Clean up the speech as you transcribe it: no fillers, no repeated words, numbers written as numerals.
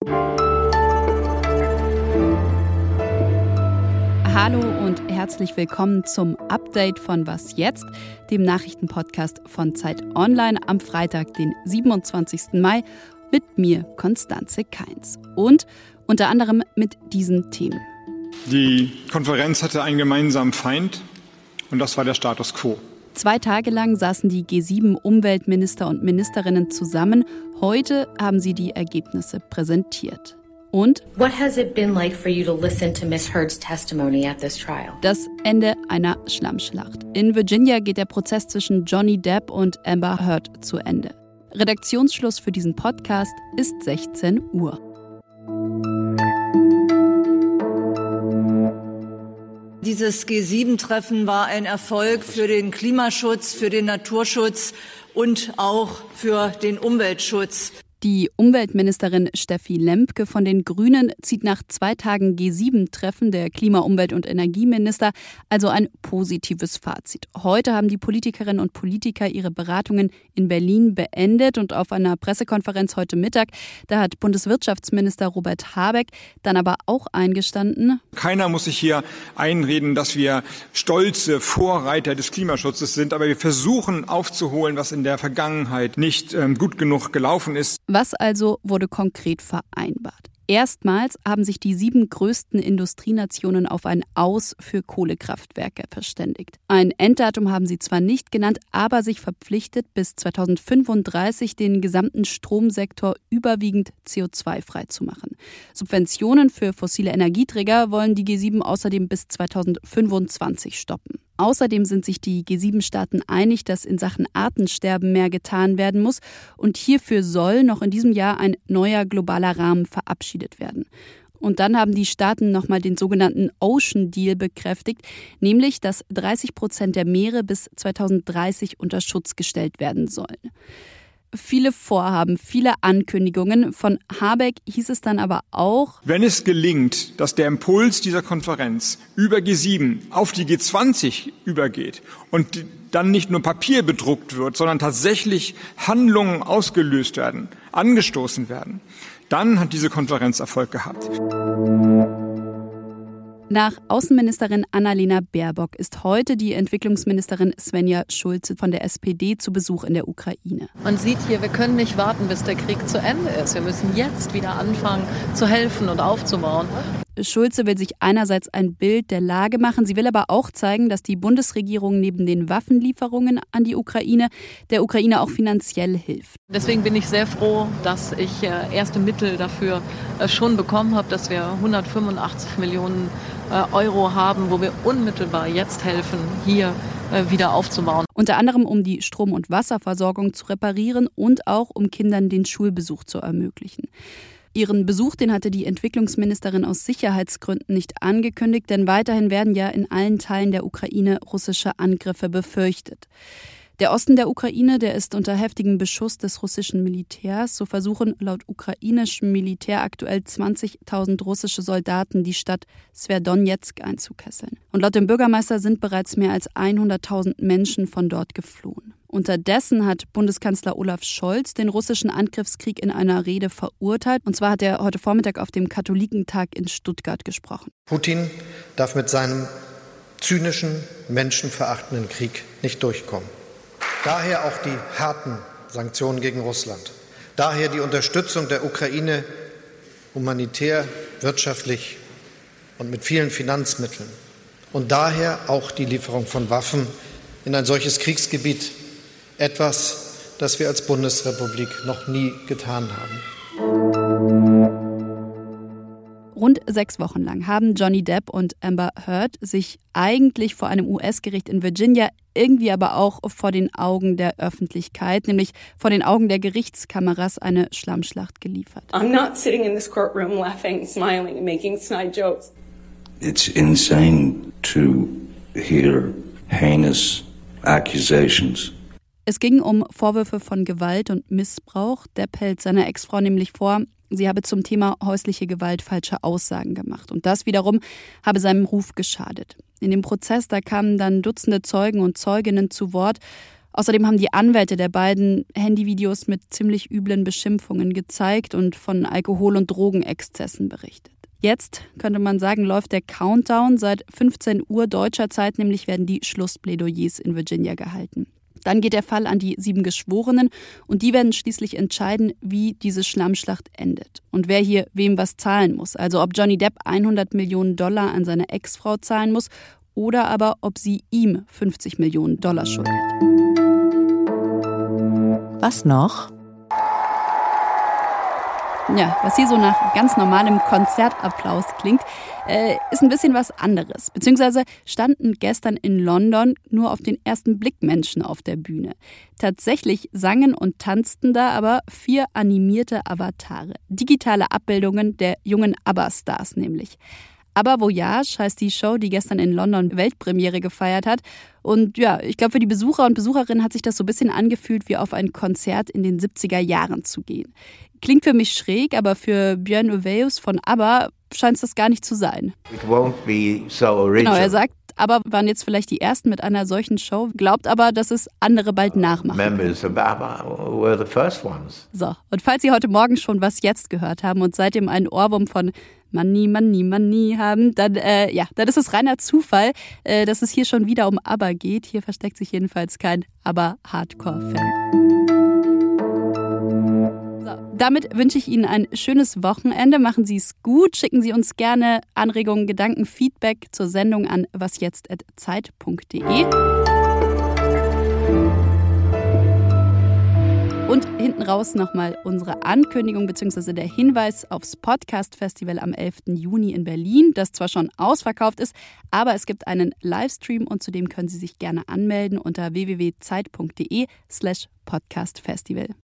Hallo und herzlich willkommen zum Update von Was jetzt, dem Nachrichtenpodcast von Zeit Online am Freitag, den 27. Mai, mit mir, Constanze Kainz. Und unter anderem mit diesen Themen. Die Konferenz hatte einen gemeinsamen Feind und das war der Status quo. 2 Tage lang saßen die G7-Umweltminister und Ministerinnen zusammen. Heute haben sie die Ergebnisse präsentiert. Und What has it been like for you to listen to Ms. Heard's testimony at this trial? Das Ende einer Schlammschlacht. In Virginia geht der Prozess zwischen Johnny Depp und Amber Heard zu Ende. Redaktionsschluss für diesen Podcast ist 16 Uhr. Dieses G7-Treffen war ein Erfolg für den Klimaschutz, für den Naturschutz und auch für den Umweltschutz. Die Umweltministerin Steffi Lemke von den Grünen zieht nach 2 Tagen G7-Treffen der Klima-, Umwelt- und Energieminister also ein positives Fazit. Heute haben die Politikerinnen und Politiker ihre Beratungen in Berlin beendet und auf einer Pressekonferenz heute Mittag, da hat Bundeswirtschaftsminister Robert Habeck dann aber auch eingestanden: Keiner muss sich hier einreden, dass wir stolze Vorreiter des Klimaschutzes sind, aber wir versuchen aufzuholen, was in der Vergangenheit nicht gut genug gelaufen ist. Was also wurde konkret vereinbart? Erstmals haben sich die 7 größten Industrienationen auf ein Aus für Kohlekraftwerke verständigt. Ein Enddatum haben sie zwar nicht genannt, aber sich verpflichtet, bis 2035 den gesamten Stromsektor überwiegend CO2-frei zu machen. Subventionen für fossile Energieträger wollen die G7 außerdem bis 2025 stoppen. Außerdem sind sich die G7-Staaten einig, dass in Sachen Artensterben mehr getan werden muss. Und hierfür soll noch in diesem Jahr ein neuer globaler Rahmen verabschiedet werden. Und dann haben die Staaten nochmal den sogenannten Ocean Deal bekräftigt, nämlich, dass 30% der Meere bis 2030 unter Schutz gestellt werden sollen. Viele Vorhaben, viele Ankündigungen. Von Habeck hieß es dann aber auch: Wenn es gelingt, dass der Impuls dieser Konferenz über G7 auf die G20 übergeht und dann nicht nur Papier bedruckt wird, sondern tatsächlich Handlungen ausgelöst werden, angestoßen werden, dann hat diese Konferenz Erfolg gehabt. Nach Außenministerin Annalena Baerbock ist heute die Entwicklungsministerin Svenja Schulze von der SPD zu Besuch in der Ukraine. Man sieht hier, wir können nicht warten, bis der Krieg zu Ende ist. Wir müssen jetzt wieder anfangen zu helfen und aufzubauen. Schulze will sich einerseits ein Bild der Lage machen. Sie will aber auch zeigen, dass die Bundesregierung neben den Waffenlieferungen an die Ukraine der Ukraine auch finanziell hilft. Deswegen bin ich sehr froh, dass ich erste Mittel dafür schon bekommen habe, dass wir 185 Millionen Euro haben, wo wir unmittelbar jetzt helfen, hier wieder aufzubauen. Unter anderem, um die Strom- und Wasserversorgung zu reparieren und auch um Kindern den Schulbesuch zu ermöglichen. Ihren Besuch, den hatte die Entwicklungsministerin aus Sicherheitsgründen nicht angekündigt, denn weiterhin werden ja in allen Teilen der Ukraine russische Angriffe befürchtet. Der Osten der Ukraine, der ist unter heftigem Beschuss des russischen Militärs. So versuchen laut ukrainischem Militär aktuell 20.000 russische Soldaten die Stadt Sverdonetsk einzukesseln. Und laut dem Bürgermeister sind bereits mehr als 100.000 Menschen von dort geflohen. Unterdessen hat Bundeskanzler Olaf Scholz den russischen Angriffskrieg in einer Rede verurteilt. Und zwar hat er heute Vormittag auf dem Katholikentag in Stuttgart gesprochen. Putin darf mit seinem zynischen, menschenverachtenden Krieg nicht durchkommen. Daher auch die harten Sanktionen gegen Russland. Daher die Unterstützung der Ukraine humanitär, wirtschaftlich und mit vielen Finanzmitteln. Und daher auch die Lieferung von Waffen in ein solches Kriegsgebiet. Etwas, das wir als Bundesrepublik noch nie getan haben. Rund 6 Wochen lang haben Johnny Depp und Amber Heard sich eigentlich vor einem US-Gericht in Virginia, irgendwie aber auch vor den Augen der Öffentlichkeit, nämlich vor den Augen der Gerichtskameras, eine Schlammschlacht geliefert. I'm not sitting in this courtroom laughing, smiling and making snide jokes. It's insane to hear heinous accusations. Es ging um Vorwürfe von Gewalt und Missbrauch. Depp hält seiner Ex-Frau nämlich vor, sie habe zum Thema häusliche Gewalt falsche Aussagen gemacht. Und das wiederum habe seinem Ruf geschadet. In dem Prozess, da kamen dann Dutzende Zeugen und Zeuginnen zu Wort. Außerdem haben die Anwälte der beiden Handyvideos mit ziemlich üblen Beschimpfungen gezeigt und von Alkohol- und Drogenexzessen berichtet. Jetzt, könnte man sagen, läuft der Countdown. Seit 15 Uhr deutscher Zeit nämlich werden die Schlussplädoyers in Virginia gehalten. Dann geht der Fall an die 7 Geschworenen und die werden schließlich entscheiden, wie diese Schlammschlacht endet und wer hier wem was zahlen muss. Also ob Johnny Depp $100 Millionen an seine Ex-Frau zahlen muss oder aber ob sie ihm $50 Millionen schuldet. Was noch? Ja, was hier so nach ganz normalem Konzertapplaus klingt, ist ein bisschen was anderes. Beziehungsweise standen gestern in London nur auf den ersten Blick Menschen auf der Bühne. Tatsächlich sangen und tanzten da aber 4 animierte Avatare. Digitale Abbildungen der jungen ABBA-Stars nämlich. ABBA Voyage heißt die Show, die gestern in London Weltpremiere gefeiert hat. Und ja, ich glaube, für die Besucher und Besucherinnen hat sich das so ein bisschen angefühlt, wie auf ein Konzert in den 70er Jahren zu gehen. Klingt für mich schräg, aber für Björn Ulvaeus von ABBA scheint es das gar nicht zu sein. It won't be so original. Genau, er sagt, ABBA waren jetzt vielleicht die ersten mit einer solchen Show, glaubt aber, dass es andere bald nachmachen. Members of ABBA were the first ones. So, und falls Sie heute Morgen schon Was jetzt gehört haben und seitdem einen Ohrwurm von Money, Money, Money haben, dann ist es reiner Zufall, dass es hier schon wieder um ABBA geht. Hier versteckt sich jedenfalls kein ABBA-Hardcore-Fan. Damit wünsche ich Ihnen ein schönes Wochenende. Machen Sie es gut. Schicken Sie uns gerne Anregungen, Gedanken, Feedback zur Sendung an wasjetzt@zeit.de. Und hinten raus nochmal unsere Ankündigung bzw. der Hinweis aufs Podcast-Festival am 11. Juni in Berlin, das zwar schon ausverkauft ist, aber es gibt einen Livestream und zudem können Sie sich gerne anmelden unter www.zeit.de/podcastfestival.